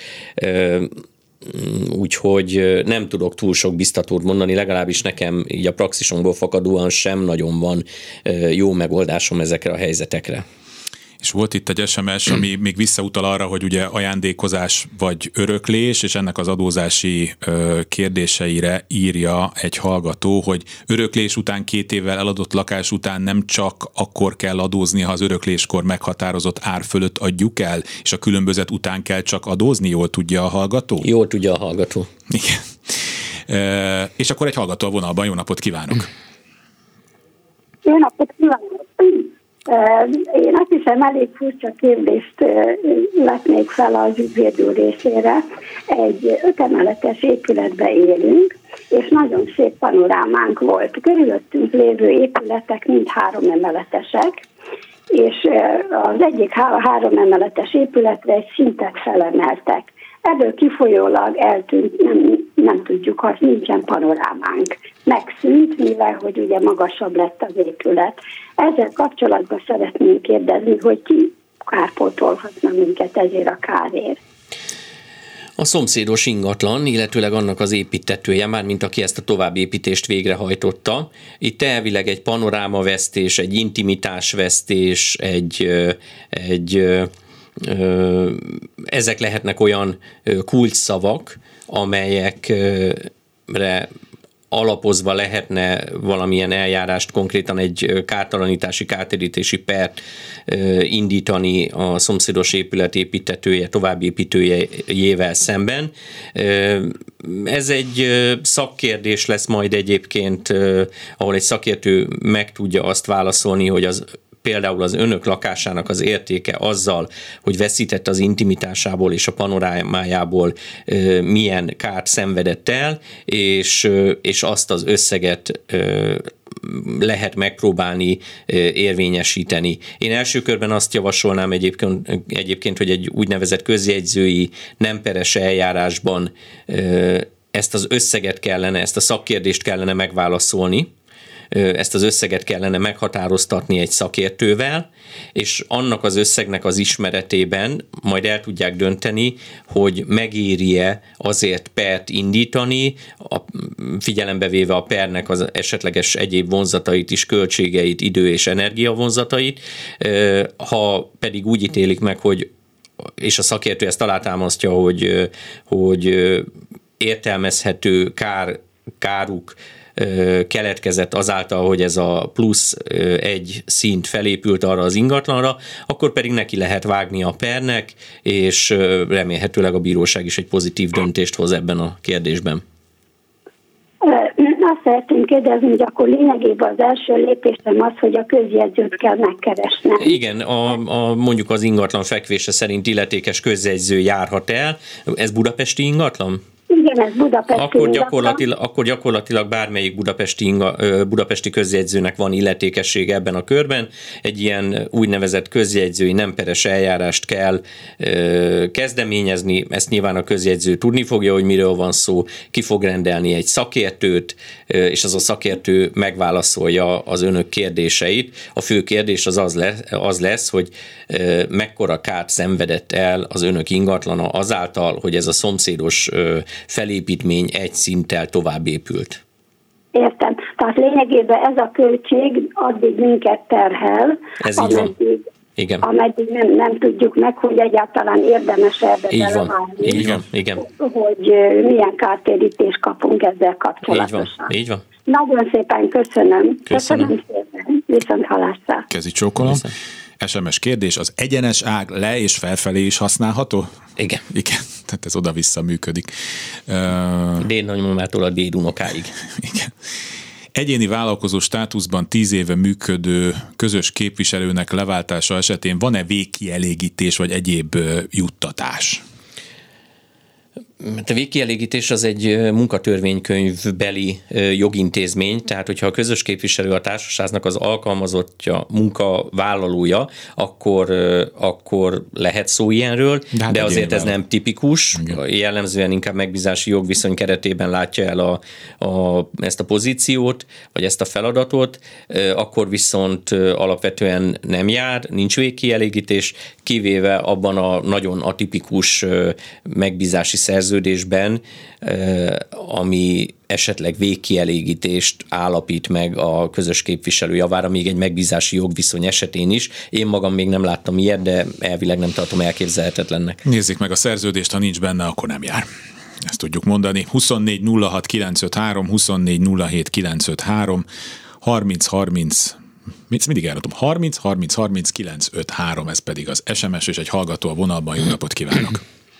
Úgyhogy nem tudok túl sok biztatót mondani, legalábbis nekem így a praxisomból fakadóan sem nagyon van jó megoldásom ezekre a helyzetekre.
És volt itt egy es em es, ami még visszautal arra, hogy ugye ajándékozás vagy öröklés, és ennek az adózási ö, kérdéseire írja egy hallgató, hogy öröklés után két évvel eladott lakás után nem csak akkor kell adózni, ha az örökléskor meghatározott ár fölött adjuk el, és a különbözet után kell csak adózni, jól tudja a hallgató?
Jól tudja a hallgató.
Igen. E, és akkor egy hallgató a vonalban, jó napot kívánok!
Jó napot kívánok! Én azt hiszem, elég furcsa kérdést vetnék fel az ügyvédő részére. Egy ötemeletes épületben élünk, és nagyon szép panorámánk volt. Körülöttünk lévő épületek mind három emeletesek, és az egyik három emeletes épületre egy szintet felemeltek. Ebből kifolyólag eltűnt, nem, nem tudjuk, hogy nincsen panorámánk. Megszűnt, mivel hogy ugye magasabb lett az épület. Ezzel kapcsolatban szeretném kérdezni, hogy ki kárpótolhatna minket ezért a kárért.
A szomszédos ingatlan, illetőleg annak az építetője, mármint aki ezt a továbbépítést végrehajtotta. Itt elvileg egy panorámavesztés, egy intimitásvesztés, egy... egy ezek lehetnek olyan kulcsszavak, amelyekre alapozva lehetne valamilyen eljárást, konkrétan egy kártalanítási, kártérítési pert indítani a szomszédos épület építetője, továbbépítőjével szemben. Ez egy szakkérdés lesz majd egyébként, ahol egy szakértő meg tudja azt válaszolni, hogy az például az önök lakásának az értéke azzal, hogy veszített az intimitásából és a panorámájából milyen kárt szenvedett el, és, és azt az összeget lehet megpróbálni érvényesíteni. Én első körben azt javasolnám egyébként, egyébként hogy egy úgynevezett közjegyzői nem peres eljárásban ezt az összeget kellene, ezt a szakkérdést kellene megválaszolni, ezt az összeget kellene meghatároztatni egy szakértővel, és annak az összegnek az ismeretében majd el tudják dönteni, hogy megéri-e azért pert indítani, a, figyelembe véve a pernek az esetleges egyéb vonzatait is, költségeit, idő és energia vonzatait, ha pedig úgy ítélik meg, hogy és a szakértő ezt alátámasztja, hogy, hogy értelmezhető kár, káruk keletkezett azáltal, hogy ez a plusz egy szint felépült arra az ingatlanra, akkor pedig neki lehet vágni a pernek, és remélhetőleg a bíróság is egy pozitív döntést hoz ebben a kérdésben.
azt szeretném kérdezni, hogy akkor lényegében az első lépésem az, hogy a közjegyzőt kell megkeresnem.
Igen, a, a, mondjuk az ingatlan fekvése szerint illetékes közjegyző járhat el. Ez budapesti ingatlan?
Igen, ez budapesti
akkor gyakorlatilag, akkor gyakorlatilag bármelyik budapesti, inga, budapesti közjegyzőnek van illetékessége ebben a körben. Egy ilyen úgynevezett közjegyzői nem peres eljárást kell ö, kezdeményezni. Ezt nyilván a közjegyző tudni fogja, hogy miről van szó. Ki fog rendelni egy szakértőt, ö, és az a szakértő megválaszolja az önök kérdéseit. A fő kérdés az az lesz, az lesz hogy ö, mekkora kárt szenvedett el az önök ingatlana azáltal, hogy ez a szomszédos ö, felépítmény egy szinttel tovább épült.
Értem. Tehát lényegében ez a költség addig minket terhel,
ez így van. Igen.
Ameddig nem, nem tudjuk meg, hogy egyáltalán érdemes ebbe
belevállni, így van. Igen.
hogy milyen kártérítést kapunk ezzel kapcsolatosan.
Így van. Így van.
Nagyon szépen köszönöm.
Köszönöm.
Köszönöm szépen. Viszont hallásra.
Kezi csókolom. Viszont. es em es kérdés, az egyenes ág le és felfelé is használható?
Igen.
Igen, tehát ez oda-vissza működik.
Uh, Dédnagymamától a dédunokáig.
Igen. Egyéni vállalkozó státuszban tíz éve működő közös képviselőnek leváltása esetén van-e végkielégítés vagy egyéb juttatás?
A végkielégítés az egy munkatörvénykönyvbeli jogintézmény, tehát hogyha a közös képviselő a társasháznak az alkalmazottja, munkavállalója, akkor, akkor lehet szó ilyenről, de, de azért ez nem tipikus. Igen. Jellemzően inkább megbízási jogviszony keretében látja el a, a, ezt a pozíciót, vagy ezt a feladatot, akkor viszont alapvetően nem jár, nincs végkielégítés, kivéve abban a nagyon atipikus megbízási szerződésben, ami esetleg végkielégítést állapít meg a közös képviselő javára, még egy megbízási jogviszony esetén is. Én magam még nem láttam ilyet, de elvileg nem tartom elképzelhetetlennek.
Nézzék meg a szerződést, ha nincs benne, akkor nem jár. Ezt tudjuk mondani. huszonnégy nulla hat kilencszázötvenhárom, huszonnégy nulla hét kilencszázötvenhárom, harminc harminc mindig elratom, harminc harminc harminc kilencszázötvenhárom, ez pedig az es em es, és egy hallgató a vonalban. Jó napot kívánok!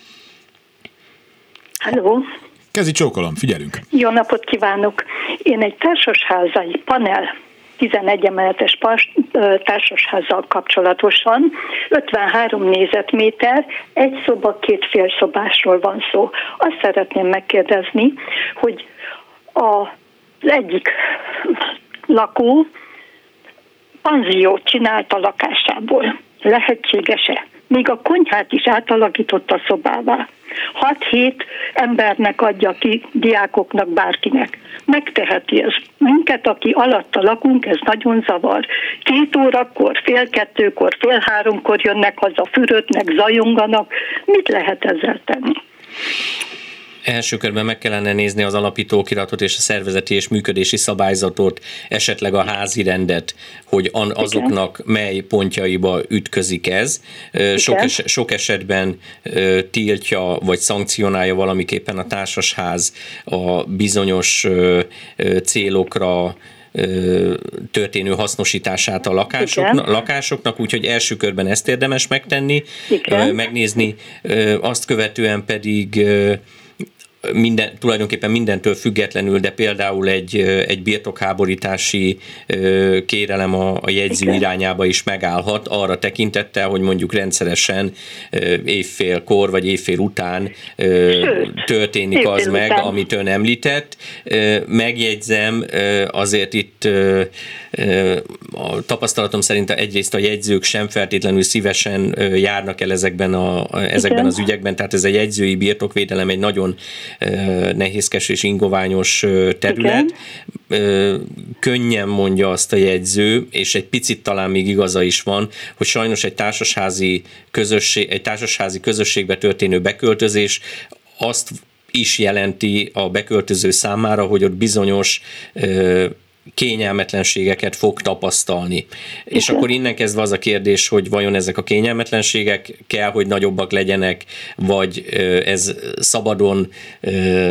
Halló!
Kezi csókolom, figyelünk!
Jó napot kívánok! Én egy társasházai panel, tizenegy emeletes társasházzal kapcsolatosan, ötvenhárom négyzetméter, egy szoba, két félszobásról van szó. Azt szeretném megkérdezni, hogy az egyik lakó panziót csinált a lakásából. Lehetséges-e? Még a konyhát is átalakította szobává. hat-hét embernek adja ki, diákoknak, bárkinek. Megteheti ez. Minket, aki alatta lakunk, ez nagyon zavar. Két órakor, fél kettőkor, fél háromkor jönnek haza, fürödnek, zajonganak. Mit lehet ezzel tenni?
Első körben meg kellene nézni az alapítókiratot és a szervezeti és működési szabályzatot, esetleg a házi rendet, hogy azoknak mely pontjaiba ütközik ez. Sok, es, sok esetben tiltja vagy szankcionálja valamiképpen a társasház a bizonyos célokra történő hasznosítását a lakásoknak, lakásoknak, úgyhogy első körben ezt érdemes megtenni, Igen. megnézni, azt követően pedig minden, tulajdonképpen mindentől függetlenül, de például egy, egy birtokháborítási kérelem a, a jegyző irányába is megállhat, arra tekintettel, hogy mondjuk rendszeresen évfélkor vagy évfél után történik az meg, amit ön említett. Megjegyzem, azért itt a tapasztalatom szerint egyrészt a jegyzők sem feltétlenül szívesen járnak el ezekben, a, ezekben az ügyekben, tehát ez egy jegyzői birtokvédelem egy nagyon nehézkes és ingoványos terület. Igen. Könnyen mondja azt a jegyző, és egy picit talán még igaza is van, hogy sajnos egy társasházi közösség, egy társasházi közösségbe történő beköltözés azt is jelenti a beköltöző számára, hogy ott bizonyos kényelmetlenségeket fog tapasztalni. Okay. És akkor innen kezdve az a kérdés, hogy vajon ezek a kényelmetlenségek kell, hogy nagyobbak legyenek, vagy ez szabadon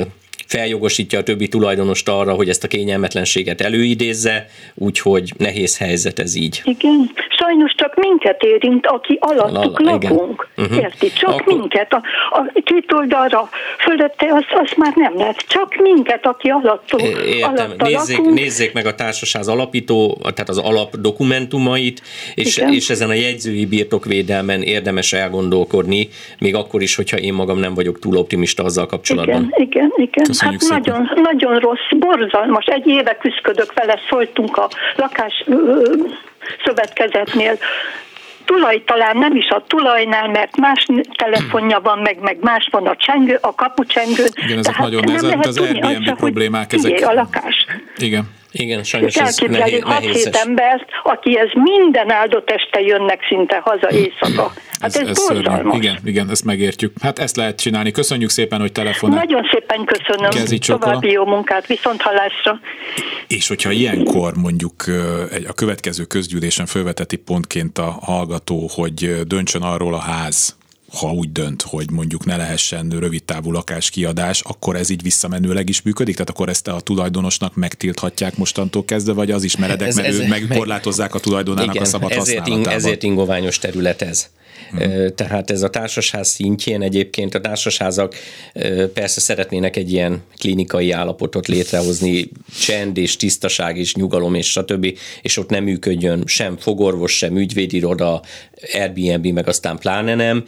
feljogosítja a többi tulajdonost arra, hogy ezt a kényelmetlenséget előidézze, úgyhogy nehéz helyzet ez így.
Igen, sajnos csak minket érint, aki alattuk Al- lakunk. Uh-huh. Érti? Csak Akkor... minket. A, a két oldalra fölötte az, az már nem lehet. Csak minket, aki alattuk
Értem. Nézzék, nézzék meg a társasház alapító, tehát az alap dokumentumait, és, és ezen a jegyzői birtokvédelmen érdemes elgondolkodni, még akkor is, hogyha én magam nem vagyok túl optimista azzal kapcsolatban.
Igen, igen, igen.
Köszönjük
hát nagyon, nagyon rossz, borzalmas. Egy éve küzdködök vele, szóltunk a lakás szövetkezetnél. Tulaj talán nem is a tulajnál, mert más telefonja van, meg, meg más van a csengő, a kapucsengő.
Igen, ezek nagyon nehéz, az Airbnb problémák, ezek.
A lakás.
Igen.
Igen, sajnos ez
nehéz, hat-hét embert, aki ez minden áldott este jönnek szinte haza éjszaka. Hát ez, ez, ez borzalmas.
Igen, igen, ezt megértjük. Hát ezt lehet csinálni. Köszönjük szépen, hogy telefonál.
Nagyon szépen köszönöm. További jó munkát, viszont hallásra.
És hogyha ilyenkor mondjuk a következő közgyűlésen felveteti pontként a hallgató, hogy döntsön arról a ház, ha úgy dönt, hogy mondjuk ne lehessen rövidtávú lakáskiadás, akkor ez így visszamenőleg is működik? Tehát akkor ezt a tulajdonosnak megtilthatják mostantól kezdve, vagy az is meredek, ez, mert ez, ő megkorlátozzák a tulajdonának a szabad
ezért
használatában?
In, ezért ingoványos terület ez. Hmm. Tehát ez a társasház szintjén egyébként a társasházak persze szeretnének egy ilyen klinikai állapotot létrehozni, csend és tisztaság és nyugalom és stb. És ott nem működjön sem fogorvos, sem ügyvédiroda, Airbnb, meg aztán pláne nem.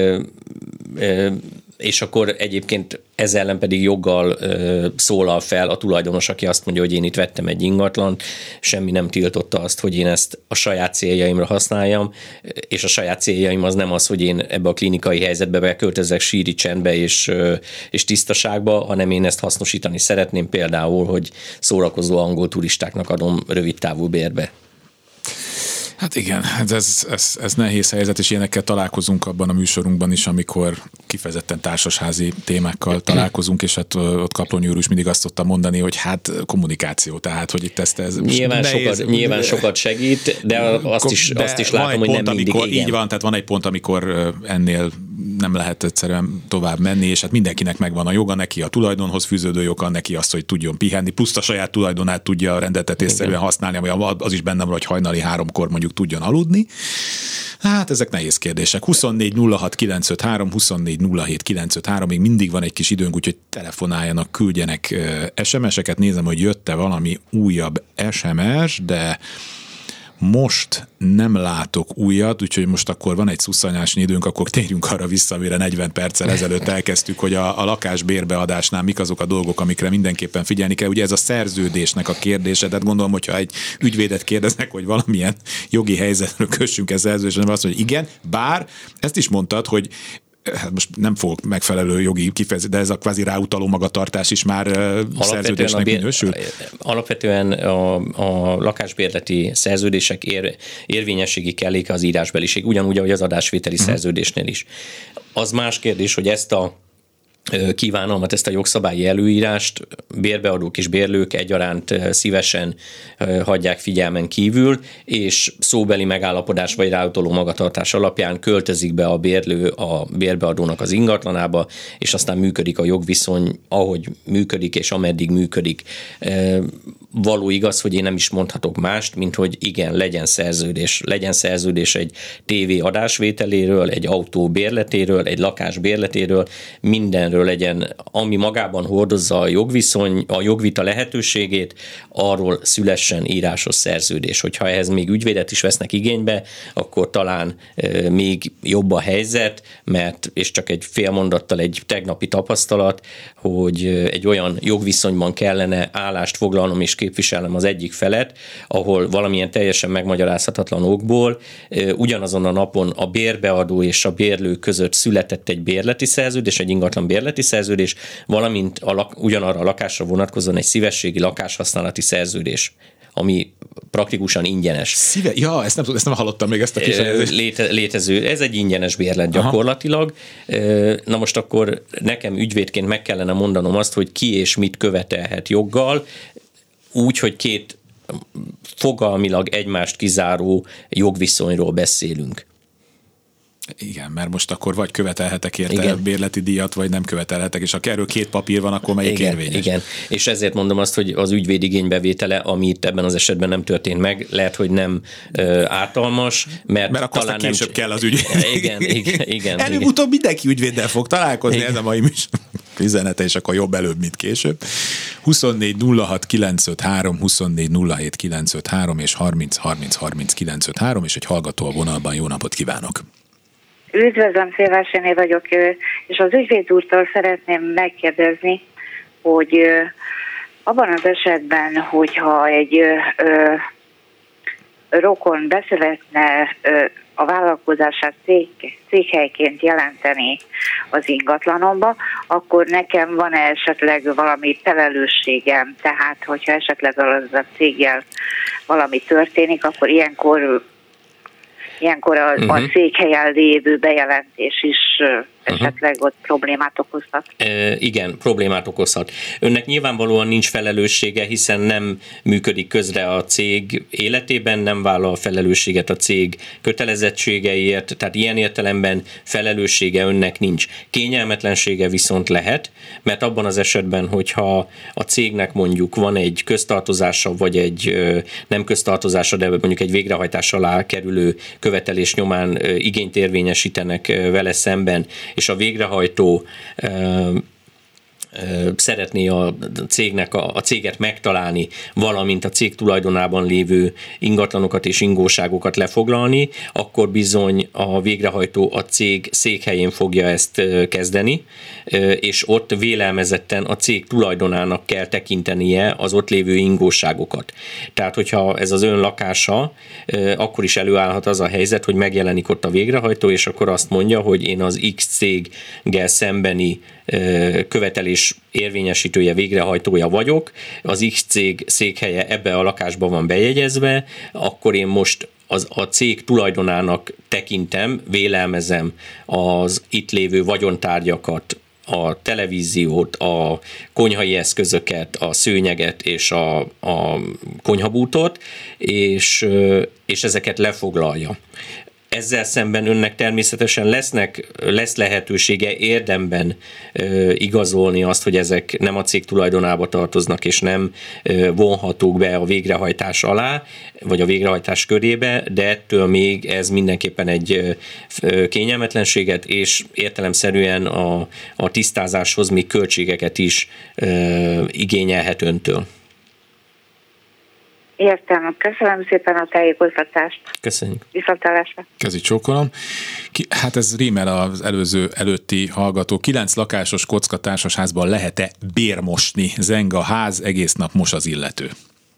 És akkor egyébként ez ellen pedig joggal ö, szólal fel a tulajdonos, aki azt mondja, hogy én itt vettem egy ingatlant, semmi nem tiltotta azt, hogy én ezt a saját céljaimra használjam, és a saját céljaim az nem az, hogy én ebbe a klinikai helyzetbe beköltözzek síri csendbe és, ö, és tisztaságba, hanem én ezt hasznosítani szeretném, például, hogy szórakozó angol turistáknak adom rövidtávú bérbe.
Hát igen, ez, ez, ez nehéz helyzet, és ilyenekkel találkozunk abban a műsorunkban is, amikor kifejezetten társasházi témákkal találkozunk, és hát ott Kaplony úr is mindig azt szokta mondani, hogy hát kommunikáció, tehát, hogy itt ezt ez...
Nyilván, nehéz, sokat, nyilván sokat segít, de azt is, de azt is látom, hogy pont, nem mindig
amikor, így van, tehát van egy pont, amikor ennél nem lehet egyszerűen tovább menni, és hát mindenkinek megvan a joga, neki a tulajdonhoz fűződő joga, neki azt, hogy tudjon pihenni, plusz a saját tulajdonát tudja rendeltetésszerűen használni, ami az is bennem van, hogy hajnali háromkor mondjuk tudjon aludni. Hát ezek nehéz kérdések. huszonnégy nulla hat kilencszázötvenhárom, huszonnégy nulla hét kilencszázötvenhárom, még mindig van egy kis időnk, úgyhogy telefonáljanak, küldjenek es em es-eket. Nézem, hogy jött-e valami újabb es em es, de most nem látok újat, úgyhogy most akkor van egy szusszanyásnyi időnk, akkor térjünk arra vissza, amire negyven perccel ezelőtt elkezdtük, hogy a, a lakás bérbeadásnál mik azok a dolgok, amikre mindenképpen figyelni kell. Ugye ez a szerződésnek a kérdése, tehát gondolom, hogyha egy ügyvédet kérdeznek, hogy valamilyen jogi helyzetről kössünk ezt szerződésre, nem azt mondja, hogy igen, bár ezt is mondtad, hogy hát most nem fogok megfelelő jogi kifejezni, de ez a kvázi ráutaló magatartás is már alapvetően szerződésnek bér, minősül?
Alapvetően a, a lakásbérleti szerződések ér, érvényességi kelléke az írásbeliség, ugyanúgy, ahogy az adásvételi uh-huh. szerződésnél is. Az más kérdés, hogy ezt a kívánalmat, ezt a jogszabályi előírást bérbeadók és bérlők egyaránt szívesen hagyják figyelmen kívül, és szóbeli megállapodás vagy ráutaló magatartás alapján költözik be a bérlő a bérbeadónak az ingatlanába, és aztán működik a jogviszony, ahogy működik és ameddig működik. Való igaz, hogy én nem is mondhatok mást, mint hogy igen, legyen szerződés. Legyen szerződés egy tévé adásvételéről, egy autó bérletéről, egy lakás bérletéről, mindenről legyen, ami magában hordozza a jogviszony, a jogvita lehetőségét, arról szülessen írásos szerződés. Hogyha ehhez még ügyvédet is vesznek igénybe, akkor talán e, még jobb a helyzet, mert, és csak egy fél mondattal egy tegnapi tapasztalat, hogy egy olyan jogviszonyban kellene állást foglalnom és képviselnem az egyik felet, ahol valamilyen teljesen megmagyarázhatatlan okból e, ugyanazon a napon a bérbeadó és a bérlő között született egy bérleti szerződés, egy ingatlan bérleti szerződés, valamint a lak, ugyanarra a lakásra vonatkozóan egy szívességi lakáshasználati szerződés, ami praktikusan ingyenes.
Szíve? Ja, ezt nem, ezt nem hallottam még, ezt a kifejezést.
Léte, létező, ez egy ingyenes bérlet gyakorlatilag. Aha. Na most akkor nekem ügyvédként meg kellene mondanom azt, hogy ki és mit követelhet joggal, úgy, hogy két fogalmilag egymást kizáró jogviszonyról beszélünk.
Igen, mert most akkor vagy követelhetek érte igen. bérleti díjat, vagy nem követelhetek, és ha erről két papír van, akkor melyik
igen,
érvényes?
Igen, és ezért mondom azt, hogy az ügyvéd igénybevétele, ami itt ebben az esetben nem történt meg, lehet, hogy nem ö, ártalmas, mert,
mert akkor talán később nem... kell az ügyvéd.
Igen, igen, igen.
Előbb-utóbb mindenki ügyvéddel fog találkozni, igen. Ez a mai műsor üzenete, és akkor jobb előbb, mint később. huszonnégy nulla hat kilencszázötvenhárom, huszonnégy nulla hét kilencszázötvenhárom és harminc harminc harminc kilencszázötvenhárom, és egy hallgató a vonalban. Jó napot kívánok!
Üdvözlöm, Szilváséné vagyok, és az ügyvéd úrtól szeretném megkérdezni, hogy abban az esetben, hogyha egy ö, rokon beszeretne a vállalkozását cég, céghelyként jelenteni az ingatlanomba, akkor nekem van-e esetleg valami felelősségem, tehát hogyha esetleg az a céggel valami történik, akkor ilyenkor Ilyenkor a, uh-huh. a székhelyen lévő bejelentés is uh, esetleg ott problémát okozhat.
E, igen, problémát okozhat. Önnek nyilvánvalóan nincs felelőssége, hiszen nem működik közre a cég életében, nem vállal felelősséget a cég kötelezettségeiért, tehát ilyen értelemben felelőssége önnek nincs. Kényelmetlensége viszont lehet, mert abban az esetben, hogyha a cégnek mondjuk van egy köztartozása, vagy egy nem köztartozása, de mondjuk egy végrehajtás alá kerülő követelés nyomán igényt érvényesítenek vele szemben, és a végrehajtó szeretné a cégnek a, a céget megtalálni, valamint a cég tulajdonában lévő ingatlanokat és ingóságokat lefoglalni, akkor bizony a végrehajtó a cég székhelyén fogja ezt kezdeni, és ott vélelmezetten a cég tulajdonának kell tekintenie az ott lévő ingóságokat. Tehát, hogyha ez az ön lakása, akkor is előállhat az a helyzet, hogy megjelenik ott a végrehajtó, és akkor azt mondja, hogy én az X céggel szembeni követelés érvényesítője, végrehajtója vagyok, az X cég székhelye ebbe a lakásba van bejegyezve, akkor én most az, a cég tulajdonának tekintem, vélelmezem az itt lévő vagyontárgyakat, a televíziót, a konyhai eszközöket, a szőnyeget és a, a konyhabútot, és, és ezeket lefoglalja. Ezzel szemben önnek természetesen lesznek, lesz lehetősége érdemben ö, igazolni azt, hogy ezek nem a cég tulajdonába tartoznak, és nem ö, vonhatók be a végrehajtás alá, vagy a végrehajtás körébe, de ettől még ez mindenképpen egy ö, kényelmetlenséget, és értelemszerűen a, a tisztázáshoz még költségeket is ö, igényelhet öntől.
Értem, köszönöm szépen a tájékoztatást.
Köszönjük.
Viszontlátásra.
Kezi csókolom. Hát ez rímel az előző előtti hallgató. Kilenc lakásos kocka társasházban lehet-e bérmosni? Zeng a ház, egész nap mos az illető.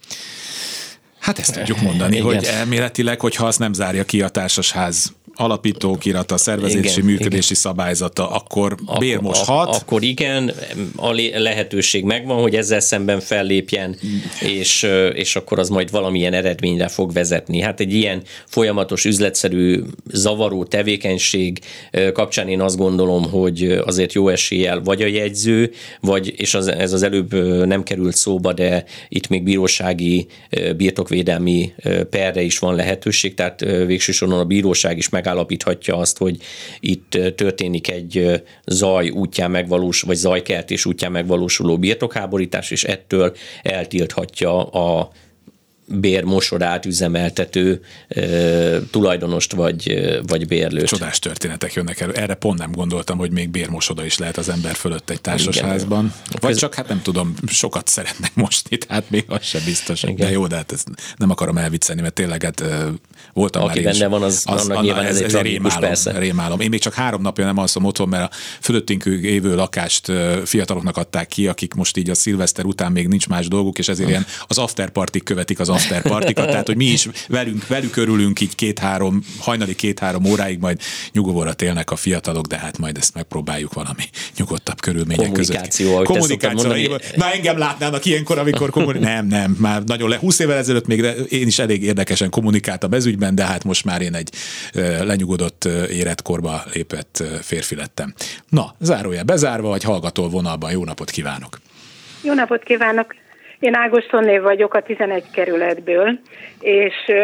Hát ezt tudjuk mondani, igen. Hogy elméletileg, hogyha azt nem zárja ki a társasház alapítókirata, szervezési, igen, működési igen. szabályzata, akkor bérmoshat.
Ak- akkor igen, a lehetőség megvan, hogy ezzel szemben fellépjen, és, és akkor az majd valamilyen eredményre fog vezetni. Hát egy ilyen folyamatos üzletszerű zavaró tevékenység kapcsán én azt gondolom, hogy azért jó eséllyel vagy a jegyző, vagy, és az, ez az előbb nem került szóba, de itt még bírósági birtokvédelmi perre is van lehetőség, tehát végső soron a bíróság is megállapíthatja azt, hogy itt történik egy zaj útján megvalósul, vagy zajkeltés útján megvalósuló birtokháborítás, és ettől eltilthatja a bérmosodát üzemeltető e, tulajdonost vagy, vagy bérlőt.
Csodás történetek jönnek elő. Erre pont nem gondoltam, hogy még bérmosoda is lehet az ember fölött egy társasházban. Igen. Vagy csak hát nem tudom, sokat szeretnek mosni, tehát még az sem biztos. Igen. De jó, de hát ezt nem akarom elviccelni, mert tényleg hát voltam
Aki már benne van, az, az annak nyilván ez, ez egy tragikus, persze.
Rémálom. Én még csak három napja nem alszom otthon, mert a fölöttünk évő lakást fiataloknak adták ki, akik most így a szilveszter után még nincs más dolguk, és ezért ilyen az afterpartik követik az afterpartikat, tehát hogy mi is velünk, velük örülünk így két-három, hajnali két-három óráig, majd nyugovóra élnek a fiatalok, de hát majd ezt megpróbáljuk valami nyugodtabb körülmények között.
Kommunikáció,
Kommunikáció. Már engem látnának ilyenkor, amikor kommunik... Nem, nem, már nagyon le. húsz évvel ezelőtt még én is elég érdekesen kommunikáltam ez ügyben, de hát most már én egy lenyugodott életkorba lépett férfi lettem. Na, zárójel bezárva, vagy hallgató vonalban. Jó napot kívánok!
Jó napot kívánok! Én Ágostonné vagyok a tizenegy kerületből, és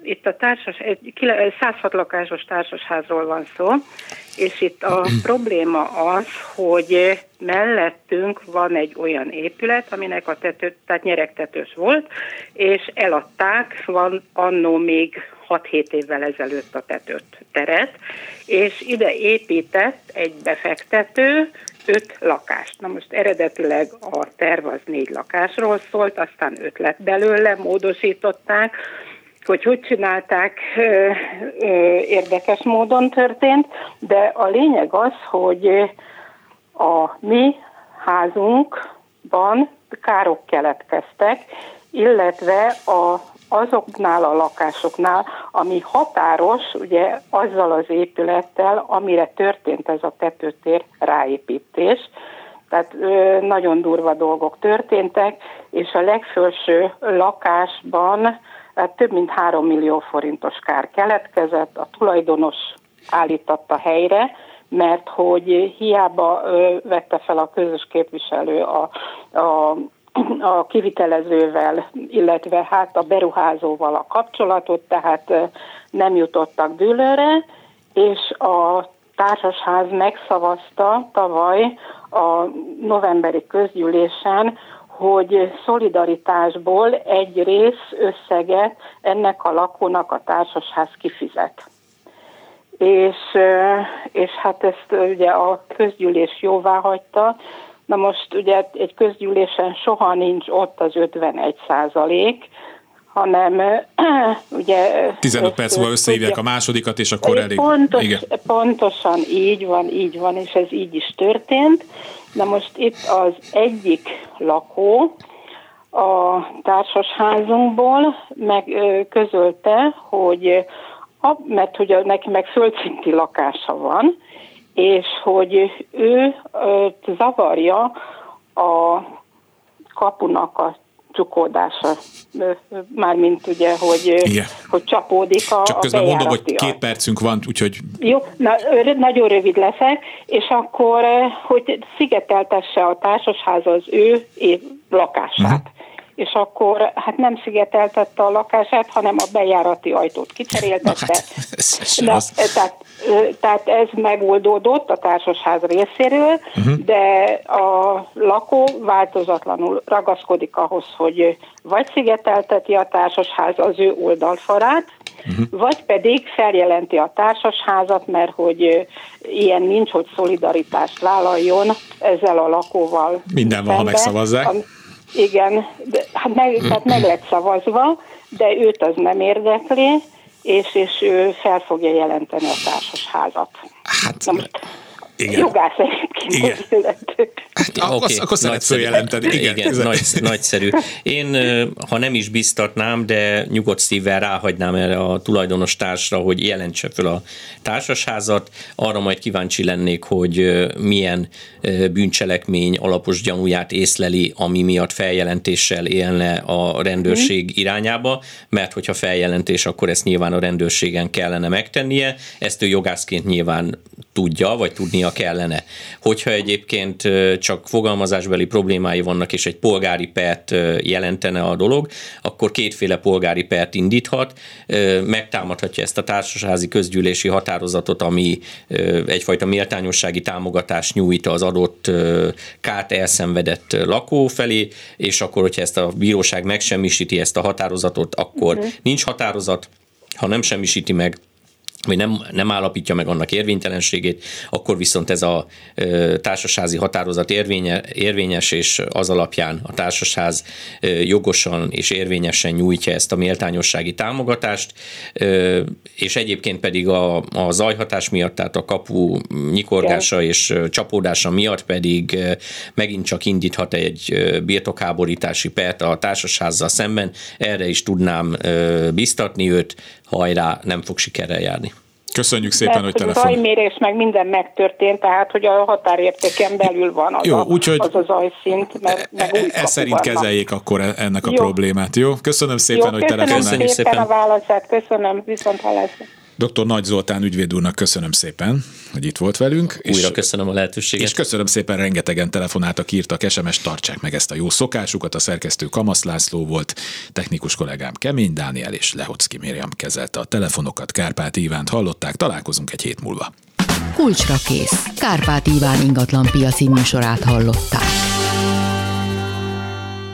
itt a társas, egy száz hat lakásos társasházról van szó, és itt a probléma az, hogy mellettünk van egy olyan épület, aminek a tető, tehát nyeregtetős volt, és eladták, van annó még hat-hét évvel ezelőtt a tetőt, teret, és ide épített egy befektető öt lakást. Na most eredetileg a terv az négy lakásról szólt, aztán öt lett belőle, módosították, hogy hogy csinálták, ö, ö, érdekes módon történt, de a lényeg az, hogy a mi házunkban károk keletkeztek, illetve a, azoknál a lakásoknál, ami határos, ugye azzal az épülettel, amire történt ez a tetőtér ráépítés. Tehát ö, nagyon durva dolgok történtek, és a legfelső lakásban hát több mint három millió forintos kár keletkezett, a tulajdonos állította helyre, mert hogy hiába ö, vette fel a közös képviselő a, a, a kivitelezővel, illetve hát a beruházóval a kapcsolatot, tehát ö, nem jutottak dűlőre, és a társasház megszavazta tavaly a novemberi közgyűlésen, hogy szolidaritásból egy rész összeget ennek a lakónak a társasház kifizet. És, és hát ezt ugye a közgyűlés jóvá hagyta. Na most ugye egy közgyűlésen soha nincs ott az ötvenegy százalék, hanem ugye...
tizenöt perc múlva összehívják a másodikat, és akkor elég...
Pontos, igen. Pontosan így van, így van, és ez így is történt. Na most itt az egyik lakó a társasházunkból meg közölte, hogy a, mert hogy neki meg földszinti lakása van, és hogy ő zavarja a kapunak a csukódása, mármint ugye, hogy, hogy csapódik a
Csak közben mondom, hogy két
aj.
percünk van, úgyhogy...
Jó, na, nagyon rövid leszek, és akkor, hogy szigeteltesse a társasház az ő lakását. Uh-huh. És akkor hát nem szigeteltette a lakását, hanem a bejárati ajtót kicseréltette. Hát, ez, ez Na, tehát, tehát ez megoldódott a társasház részéről, uh-huh. de a lakó változatlanul ragaszkodik ahhoz, hogy vagy szigetelteti a társasház az ő oldalfarát, uh-huh. vagy pedig feljelenti a társasházat, mert hogy ilyen nincs, hogy szolidaritást vállaljon ezzel a lakóval.
Minden van, ha megszavazzák. A,
Igen, de, hát meg, tehát meg lett szavazva, de őt az nem érdekli, és, és ő fel fogja jelenteni a társasházat.
Hát,
Na most,
igen.
Jogász egyébként az illető.
Hát, akkor, okay. akkor szeret följelenteni. Igen,
igen nagy, nagyszerű. Én, ha nem is biztatnám, de nyugodt szívvel ráhagynám erre a tulajdonos társra, hogy jelentse föl a társasházat. Arra majd kíváncsi lennék, hogy milyen bűncselekmény alapos gyanúját észleli, ami miatt feljelentéssel élne a rendőrség mm. irányába, mert hogyha feljelentés, akkor ezt nyilván a rendőrségen kellene megtennie. Ezt ő jogászként nyilván tudja, vagy tudnia kellene. Hogyha egyébként csak fogalmazásbeli problémái vannak, és egy polgári pert jelentene a dolog, akkor kétféle polgári pert indíthat, megtámadhatja ezt a társasházi közgyűlési határozatot, ami egyfajta méltányossági támogatást nyújt az adott kárt elszenvedett lakó felé, és akkor, hogyha ezt a bíróság megsemmisíti ezt a határozatot, akkor uh-huh. nincs határozat, ha nem semmisíti meg, vagy nem, nem állapítja meg annak érvénytelenségét, akkor viszont ez a ö, társasházi határozat érvénye, érvényes, és az alapján a társasház ö, jogosan és érvényesen nyújtja ezt a méltányossági támogatást, ö, és egyébként pedig a, a zajhatás miatt, tehát a kapu nyikorgása és ö, csapódása miatt pedig ö, megint csak indíthat egy ö, birtokháborítási pert a társasházzal szemben. Erre is tudnám ö, biztatni őt, hajrá, nem fog sikerrel járni.
Köszönjük szépen,
Mert,
hogy telefon.
A zajmérés meg minden megtörtént, tehát hogy a határértéken belül van az, jó, a, úgy, az a zajszint, mert meg új
e szerint vannak. Kezeljék akkor ennek a
jó.
problémát, jó? Köszönöm szépen, jó, hogy telefonálni.
Köszönöm szépen a válaszát, köszönöm, viszont hallásra.
doktor Nagy Zoltán ügyvéd úrnak köszönöm szépen, hogy itt volt velünk.
Újra
és,
köszönöm a lehetőséget.
És köszönöm szépen, rengetegen telefonáltak, írtak, es em es, tartsák meg ezt a jó szokásukat. A szerkesztő Kamasz László volt, technikus kollégám Kemény Dániel és Lehocki Miriam kezelte a telefonokat. Kárpáti Ivánt hallották, találkozunk egy hét múlva.
Kulcsra kész. Kárpáti Iván ingatlan piaci műsorát hallották.